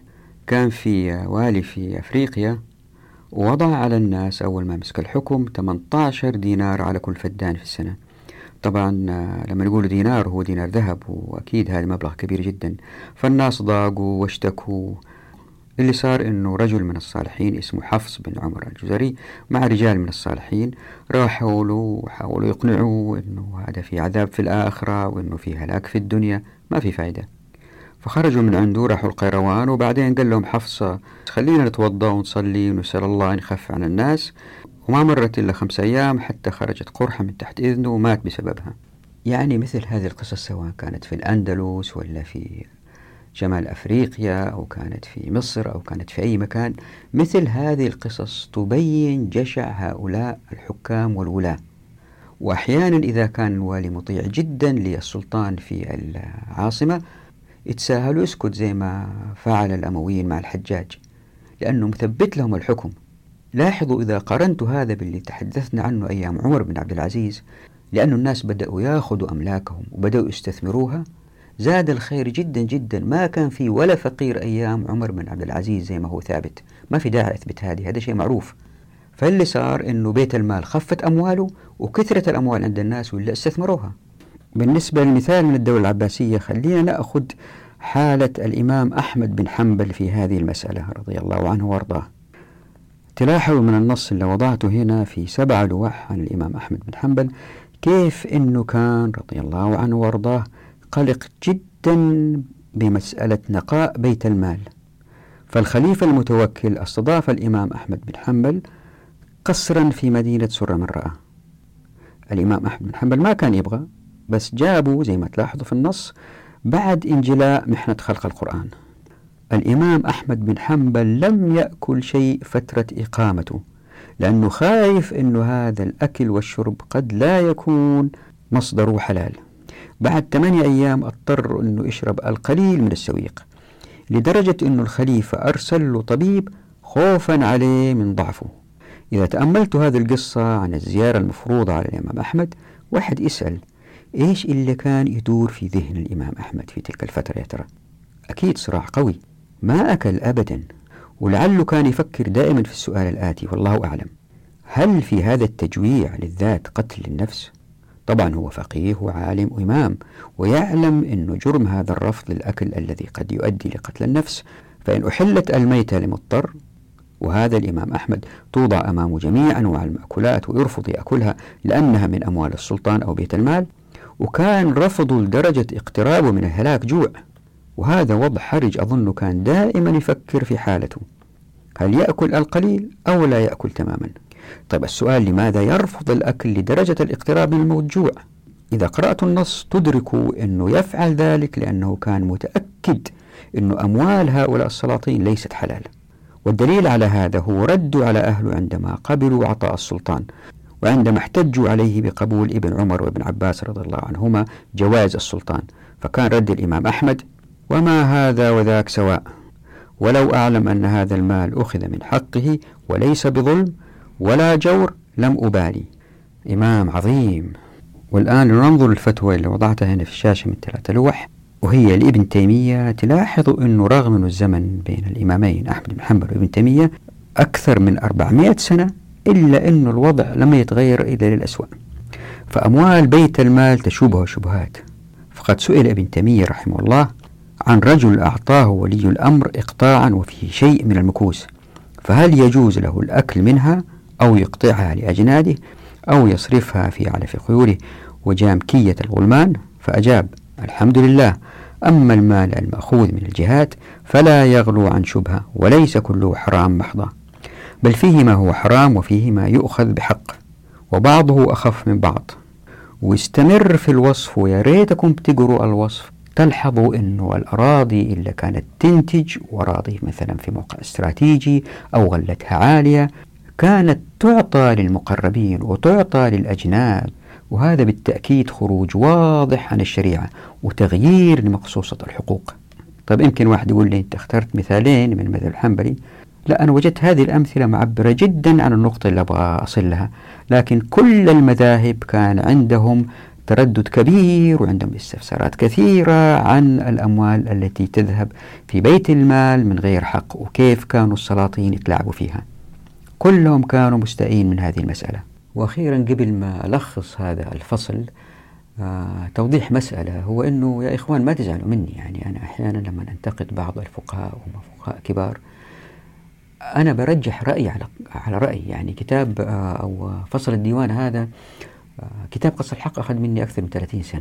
كان في والي في أفريقيا ووضع على الناس أول ما مسك الحكم 18 دينار على كل فدان في السنة. طبعا لما نقول دينار هو دينار ذهب، وأكيد هذا مبلغ كبير جدا. فالناس ضاقوا واشتكوا. اللي صار إنه رجل من الصالحين اسمه حفص بن عمر الجزري مع رجال من الصالحين راحوا له وحاولوا يقنعوا إنه هذا في عذاب في الآخرة وإنه في هلاك في الدنيا، ما في فايدة. فخرجوا من عنده راحوا القيروان، وبعدين قال لهم حفص خلينا نتوضأ ونصلي ونسأل الله أن يخف عن الناس. وما مرت إلا 5 أيام حتى خرجت قرحة من تحت إذنه ومات بسببها. يعني مثل هذه القصص سواء كانت في الأندلس ولا في شمال أفريقيا أو كانت في مصر أو كانت في أي مكان، مثل هذه القصص تبين جشع هؤلاء الحكام والولاة. وأحيانا إذا كان الوالي مطيع جدا للسلطان في العاصمة يتساهلوا يسكت زي ما فعل الأمويين مع الحجاج، لأنه مثبت لهم الحكم. لاحظوا إذا قارنت هذا باللي تحدثنا عنه أيام عمر بن عبد العزيز، لأن الناس بدأوا ياخذوا أملاكهم وبدأوا يستثمروها، زاد الخير جدا جدا. ما كان في ولا فقير أيام عمر بن عبد العزيز زي ما هو ثابت، ما في داعي أثبت هذا شيء معروف. فاللي صار إنه بيت المال خفت أمواله وكثرة الأموال عند الناس واللي استثمروها. بالنسبة للمثال من الدولة العباسية، خلينا نأخذ حالة الإمام أحمد بن حنبل في هذه المسألة رضي الله عنه وارضاه. تلاحظوا من النص اللي وضعته هنا في 7 لوح عن الإمام أحمد بن حنبل كيف إنه كان رضي الله عنه وارضاه قلق جدا بمسألة نقاء بيت المال. فالخليفة المتوكل استضاف الإمام أحمد بن حنبل قصرا في مدينة سرة من رأى. الإمام أحمد بن حنبل ما كان يبغى، بس جابوا زي ما تلاحظوا في النص بعد انجلاء محنة خلق القرآن. الإمام أحمد بن حنبل لم يأكل شيء فترة إقامته، لأنه خايف أنه هذا الأكل والشرب قد لا يكون مصدره حلال. بعد 8 أيام اضطر أنه يشرب القليل من السويق، لدرجة أنه الخليفة أرسل له طبيب خوفا عليه من ضعفه. إذا تأملت هذه القصة عن الزيارة المفروضة على الإمام أحمد، واحد يسأل إيش اللي كان يدور في ذهن الإمام أحمد في تلك الفترة يا ترى؟ أكيد صراع قوي، ما أكل أبدا، ولعله كان يفكر دائما في السؤال الآتي والله أعلم: هل في هذا التجويع للذات قتل النفس؟ طبعا هو فقيه وعالم وإمام ويعلم أنه جرم هذا الرفض للأكل الذي قد يؤدي لقتل النفس. فإن أحلت الميتة لمضطر، وهذا الإمام أحمد توضع أمامه جميع أنواع المأكولات ويرفض يأكلها لأنها من أموال السلطان أو بيت المال، وكان رفضه لدرجة اقترابه من الهلاك جوع، وهذا وضع حرج. أظن كان دائما يفكر في حالته، هل يأكل القليل أو لا يأكل تماما؟ طيب السؤال: لماذا يرفض الأكل لدرجة الاقتراب من الموت جوع؟ إذا قرأت النص تدركوا أنه يفعل ذلك لأنه كان متأكد أنه أموال هؤلاء السلاطين ليست حلال. والدليل على هذا هو رده على أهله عندما قبلوا عطاء السلطان، وعندما احتجوا عليه بقبول ابن عمر وابن عباس رضي الله عنهما جواز السلطان، فكان رد الإمام أحمد: وما هذا وذاك سواء، ولو أعلم أن هذا المال أخذ من حقه وليس بظلم ولا جور لم أبالي. إمام عظيم. والآن ننظر الفتوى اللي وضعتها هنا في الشاشة من 3 لوح، وهي لابن تيمية. تلاحظوا أنه رغم أن الزمن بين الإمامين أحمد بن حنبل وابن تيمية أكثر من 400 سنة، إلا أن الوضع لم يتغير إلا للأسوأ. فأموال بيت المال تشوبها شبهات. فقد سئل ابن تيمية رحمه الله عن رجل أعطاه ولي الأمر إقطاعا وفيه شيء من المكوس، فهل يجوز له الأكل منها أو يقطعها لأجناده أو يصرفها في علف خيوله وجامكية الغلمان؟ فأجاب: الحمد لله، أما المال المأخوذ من الجهات فلا يغلو عن شبهة، وليس كله حرام محضة، بل فيه ما هو حرام وفيه ما يؤخذ بحق، وبعضه أخف من بعض. واستمر في الوصف، ويا ريتكم تقروا الوصف تلحظوا أنه الأراضي اللي كانت تنتج، وأراضي مثلا في موقع استراتيجي أو غلتها عالية، كانت تعطى للمقربين وتعطى للأجناد، وهذا بالتأكيد خروج واضح عن الشريعة وتغيير لمقصوصة الحقوق. طيب يمكن واحد يقول لي أنت اخترت مثالين من المذهب الحنبلي. لا، أنا وجدت هذه الأمثلة معبرة جدا عن النقطة اللي أبغى أصل لها، لكن كل المذاهب كان عندهم تردد كبير وعندهم استفسارات كثيرة عن الأموال التي تذهب في بيت المال من غير حق، وكيف كانوا السلاطين يتلاعبوا فيها. كلهم كانوا مستائين من هذه المسألة. وأخيرا قبل ما ألخص هذا الفصل توضيح مسألة، هو أنه يا إخوان ما تزعلوا مني، يعني أنا أحيانا لما أنتقد بعض الفقهاء وهم فقهاء كبار أنا برجح رأيي على رأي. يعني كتاب أو فصل الديوان هذا كتاب قص الحق أخذ مني أكثر من 30 سنة.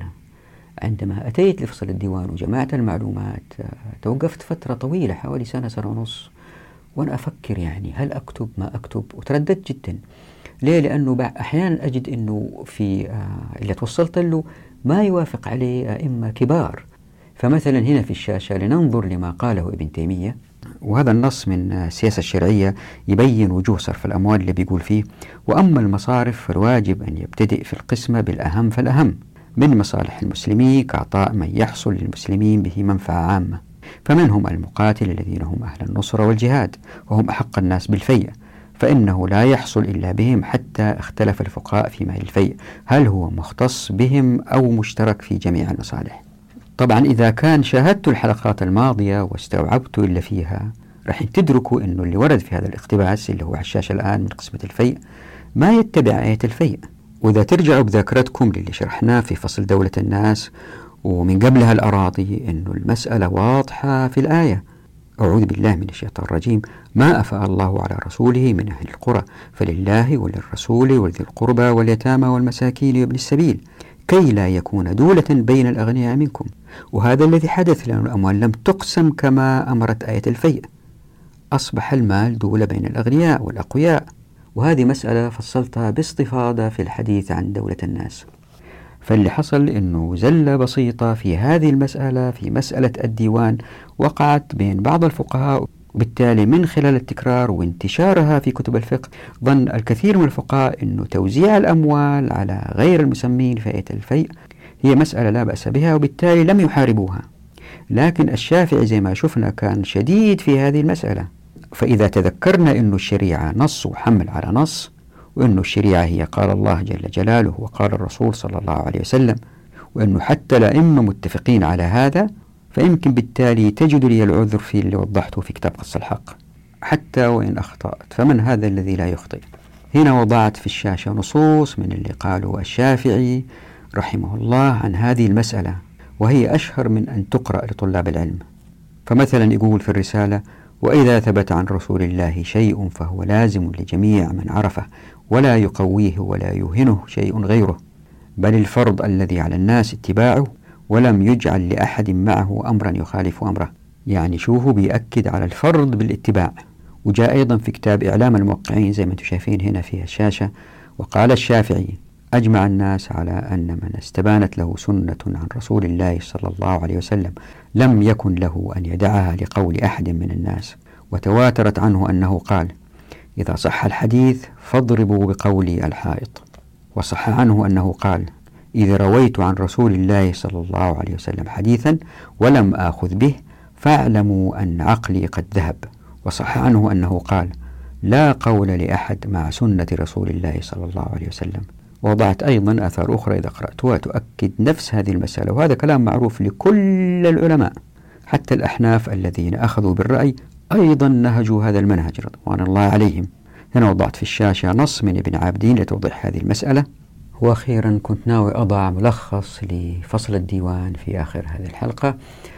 عندما أتيت لفصل الديوان وجمعت المعلومات توقفت فترة طويلة حوالي سنة ونص وأنا أفكر يعني هل أكتب ما أكتب، وترددت جدا. ليه؟ لأنه أحيانا أجد أنه في اللي توصلت له ما يوافق عليه أئمة كبار. فمثلا هنا في الشاشة لننظر لما قاله ابن تيمية، وهذا النص من السياسة الشرعية يبين وجوه صرف الأموال اللي بيقول فيه: وأما المصارف فالواجب أن يبتدئ في القسمة بالأهم فالأهم من مصالح المسلمين كعطاء من يحصل للمسلمين به منفعة عامة، فمنهم المقاتل الذين هم أهل النصرة والجهاد وهم أحق الناس بالفيء، فإنه لا يحصل إلا بهم، حتى اختلف الفقهاء في مال الفيء هل هو مختص بهم أو مشترك في جميع المصالح. طبعا إذا كان شاهدت الحلقات الماضية واستوعبت اللي فيها راح تدركوا أنه اللي ورد في هذا الاقتباس اللي هو على الشاشة الآن من قسمة الفيء ما يتبع آية الفيء. وإذا ترجعوا بذاكرتكم للي شرحناه في فصل دولة الناس ومن قبلها الأراضي أنه المسألة واضحة في الآية: أعوذ بالله من الشيطان الرجيم: ما أفاء الله على رسوله من أهل القرى فلله وللرسول ولذي القربى واليتامى والمساكين وابن السبيل كي لا يكون دولة بين الأغنياء منكم. وهذا الذي حدث، لأن الأموال لم تقسم كما أمرت آية الفيء، أصبح المال دولة بين الأغنياء والأقوياء. وهذه مسألة فصلتها باستفاضة في الحديث عن دولة الناس. فاللي حصل أنه زلة بسيطة في هذه المسألة، في مسألة الديوان، وقعت بين بعض الفقهاء، بالتالي من خلال التكرار وانتشارها في كتب الفقه ظن الكثير من الفقهاء أنه توزيع الأموال على غير المسمين في آية الفيء هي مسألة لا بأس بها، وبالتالي لم يحاربوها. لكن الشافعي زي ما شفنا كان شديد في هذه المسألة. فإذا تذكرنا أن الشريعة نص وحمل على نص، وأن الشريعة هي قال الله جل جلاله وقال الرسول صلى الله عليه وسلم، وأنه حتى الأئمة متفقين على هذا، فيمكن بالتالي تجد لي العذر في اللي وضحته في كتاب قص الحق حتى وإن أخطأت، فمن هذا الذي لا يخطئ؟ هنا وضعت في الشاشة نصوص من اللي قالوا الشافعي رحمه الله عن هذه المسألة، وهي أشهر من أن تقرأ لطلاب العلم. فمثلا يقول في الرسالة: وإذا ثبت عن رسول الله شيء فهو لازم لجميع من عرفه ولا يقويه ولا يوهنه شيء غيره، بل الفرض الذي على الناس اتباعه ولم يجعل لأحد معه أمرا يخالف أمره. يعني شوفوا بيأكد على الفرض بالاتباع. وجاء أيضا في كتاب إعلام الموقعين زي ما انتم شايفين هنا في الشاشة: وقال الشافعي: أجمع الناس على أن من استبانت له سنة عن رسول الله صلى الله عليه وسلم لم يكن له أن يدعها لقول أحد من الناس، وتواترت عنه أنه قال: إذا صح الحديث فاضربوا بقولي الحائط. وصح عنه أنه قال: إذا رويت عن رسول الله صلى الله عليه وسلم حديثا ولم آخذ به فاعلموا أن عقلي قد ذهب. وصح عنه أنه قال: لا قول لأحد مع سنة رسول الله صلى الله عليه وسلم. ووضعت أيضا آثار أخرى إذا قرأتها تؤكد نفس هذه المسألة، وهذا كلام معروف لكل العلماء، حتى الأحناف الذين أخذوا بالرأي أيضا نهجوا هذا المنهج رضوان الله عليهم. هنا وضعت في الشاشة نص من ابن عابدين لتوضيح هذه المسألة. وأخيرا كنت ناوي أضع ملخص لفصل الديوان في آخر هذه الحلقة،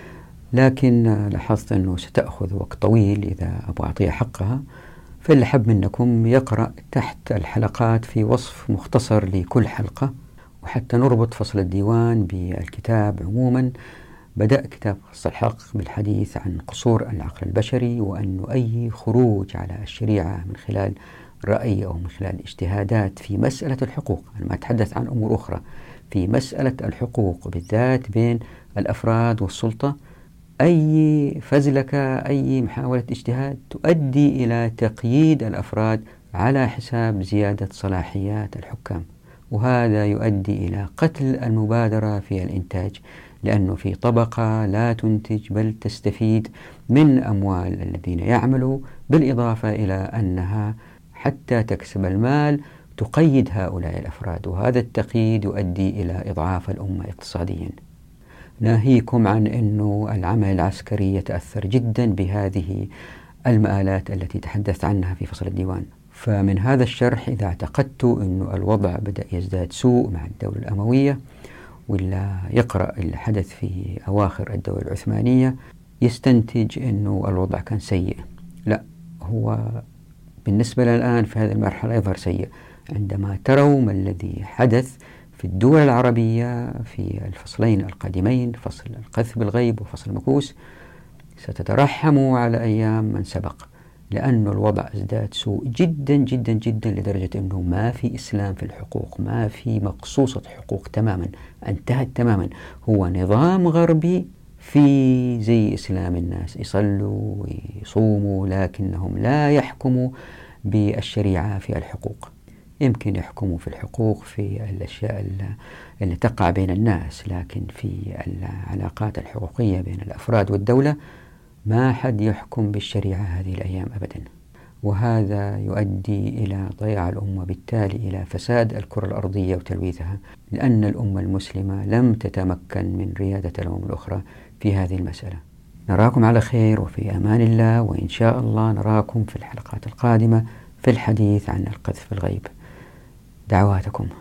لكن لاحظت أنه ستأخذ وقت طويل إذا أبغى أعطيها حقها، فاللي حب منكم يقرأ تحت الحلقات في وصف مختصر لكل حلقة. وحتى نربط فصل الديوان بالكتاب عموما، بدأ كتاب قص الحق بالحديث عن قصور العقل البشري، وأنه أي خروج على الشريعة من خلال رأي أو من خلال اجتهادات في مسألة الحقوق، أنا ما أتحدث عن أمور أخرى، في مسألة الحقوق بالذات بين الأفراد والسلطة، أي فزلكة أي محاولة اجتهاد تؤدي إلى تقييد الأفراد على حساب زيادة صلاحيات الحكام، وهذا يؤدي إلى قتل المبادرة في الإنتاج، لأنه في طبقة لا تنتج بل تستفيد من أموال الذين يعملوا، بالإضافة إلى أنها حتى تكسب المال تقيد هؤلاء الأفراد، وهذا التقييد يؤدي إلى إضعاف الأمة اقتصاديا. ناهيكم عن أن العمل العسكري يتأثر جدا بهذه المآلات التي تحدثت عنها في فصل الديوان. فمن هذا الشرح إذا اعتقدت أن الوضع بدأ يزداد سوء مع الدولة الأموية، ولا يقرأ اللي حدث في أواخر الدولة العثمانية يستنتج أنه الوضع كان سيء. لا، هو بالنسبة لنا الآن في هذه المرحلة يظهر سيء. عندما تروا ما الذي حدث في الدول العربية في الفصلين القادمين، فصل القذف بالغيب وفصل المكوس، ستترحموا على أيام من سبق، لأن الوضع ازداد سوء جدا جدا جدا، لدرجة أنه ما في إسلام في الحقوق، ما في مقصوصة حقوق تماما، انتهت تماما. هو نظام غربي في زي إسلام، الناس يصلوا ويصوموا لكنهم لا يحكموا بالشريعة في الحقوق. يمكن يحكموا في الحقوق في الأشياء اللي تقع بين الناس، لكن في العلاقات الحقوقية بين الأفراد والدولة ما حد يحكم بالشريعة هذه الأيام أبدا. وهذا يؤدي إلى ضياع الأمة، بالتالي إلى فساد الكرة الأرضية وتلويثها، لأن الأمة المسلمة لم تتمكن من ريادة الأمم الأخرى في هذه المسألة. نراكم على خير وفي أمان الله، وإن شاء الله نراكم في الحلقات القادمة في الحديث عن القذف بالغيب. دعواتكم.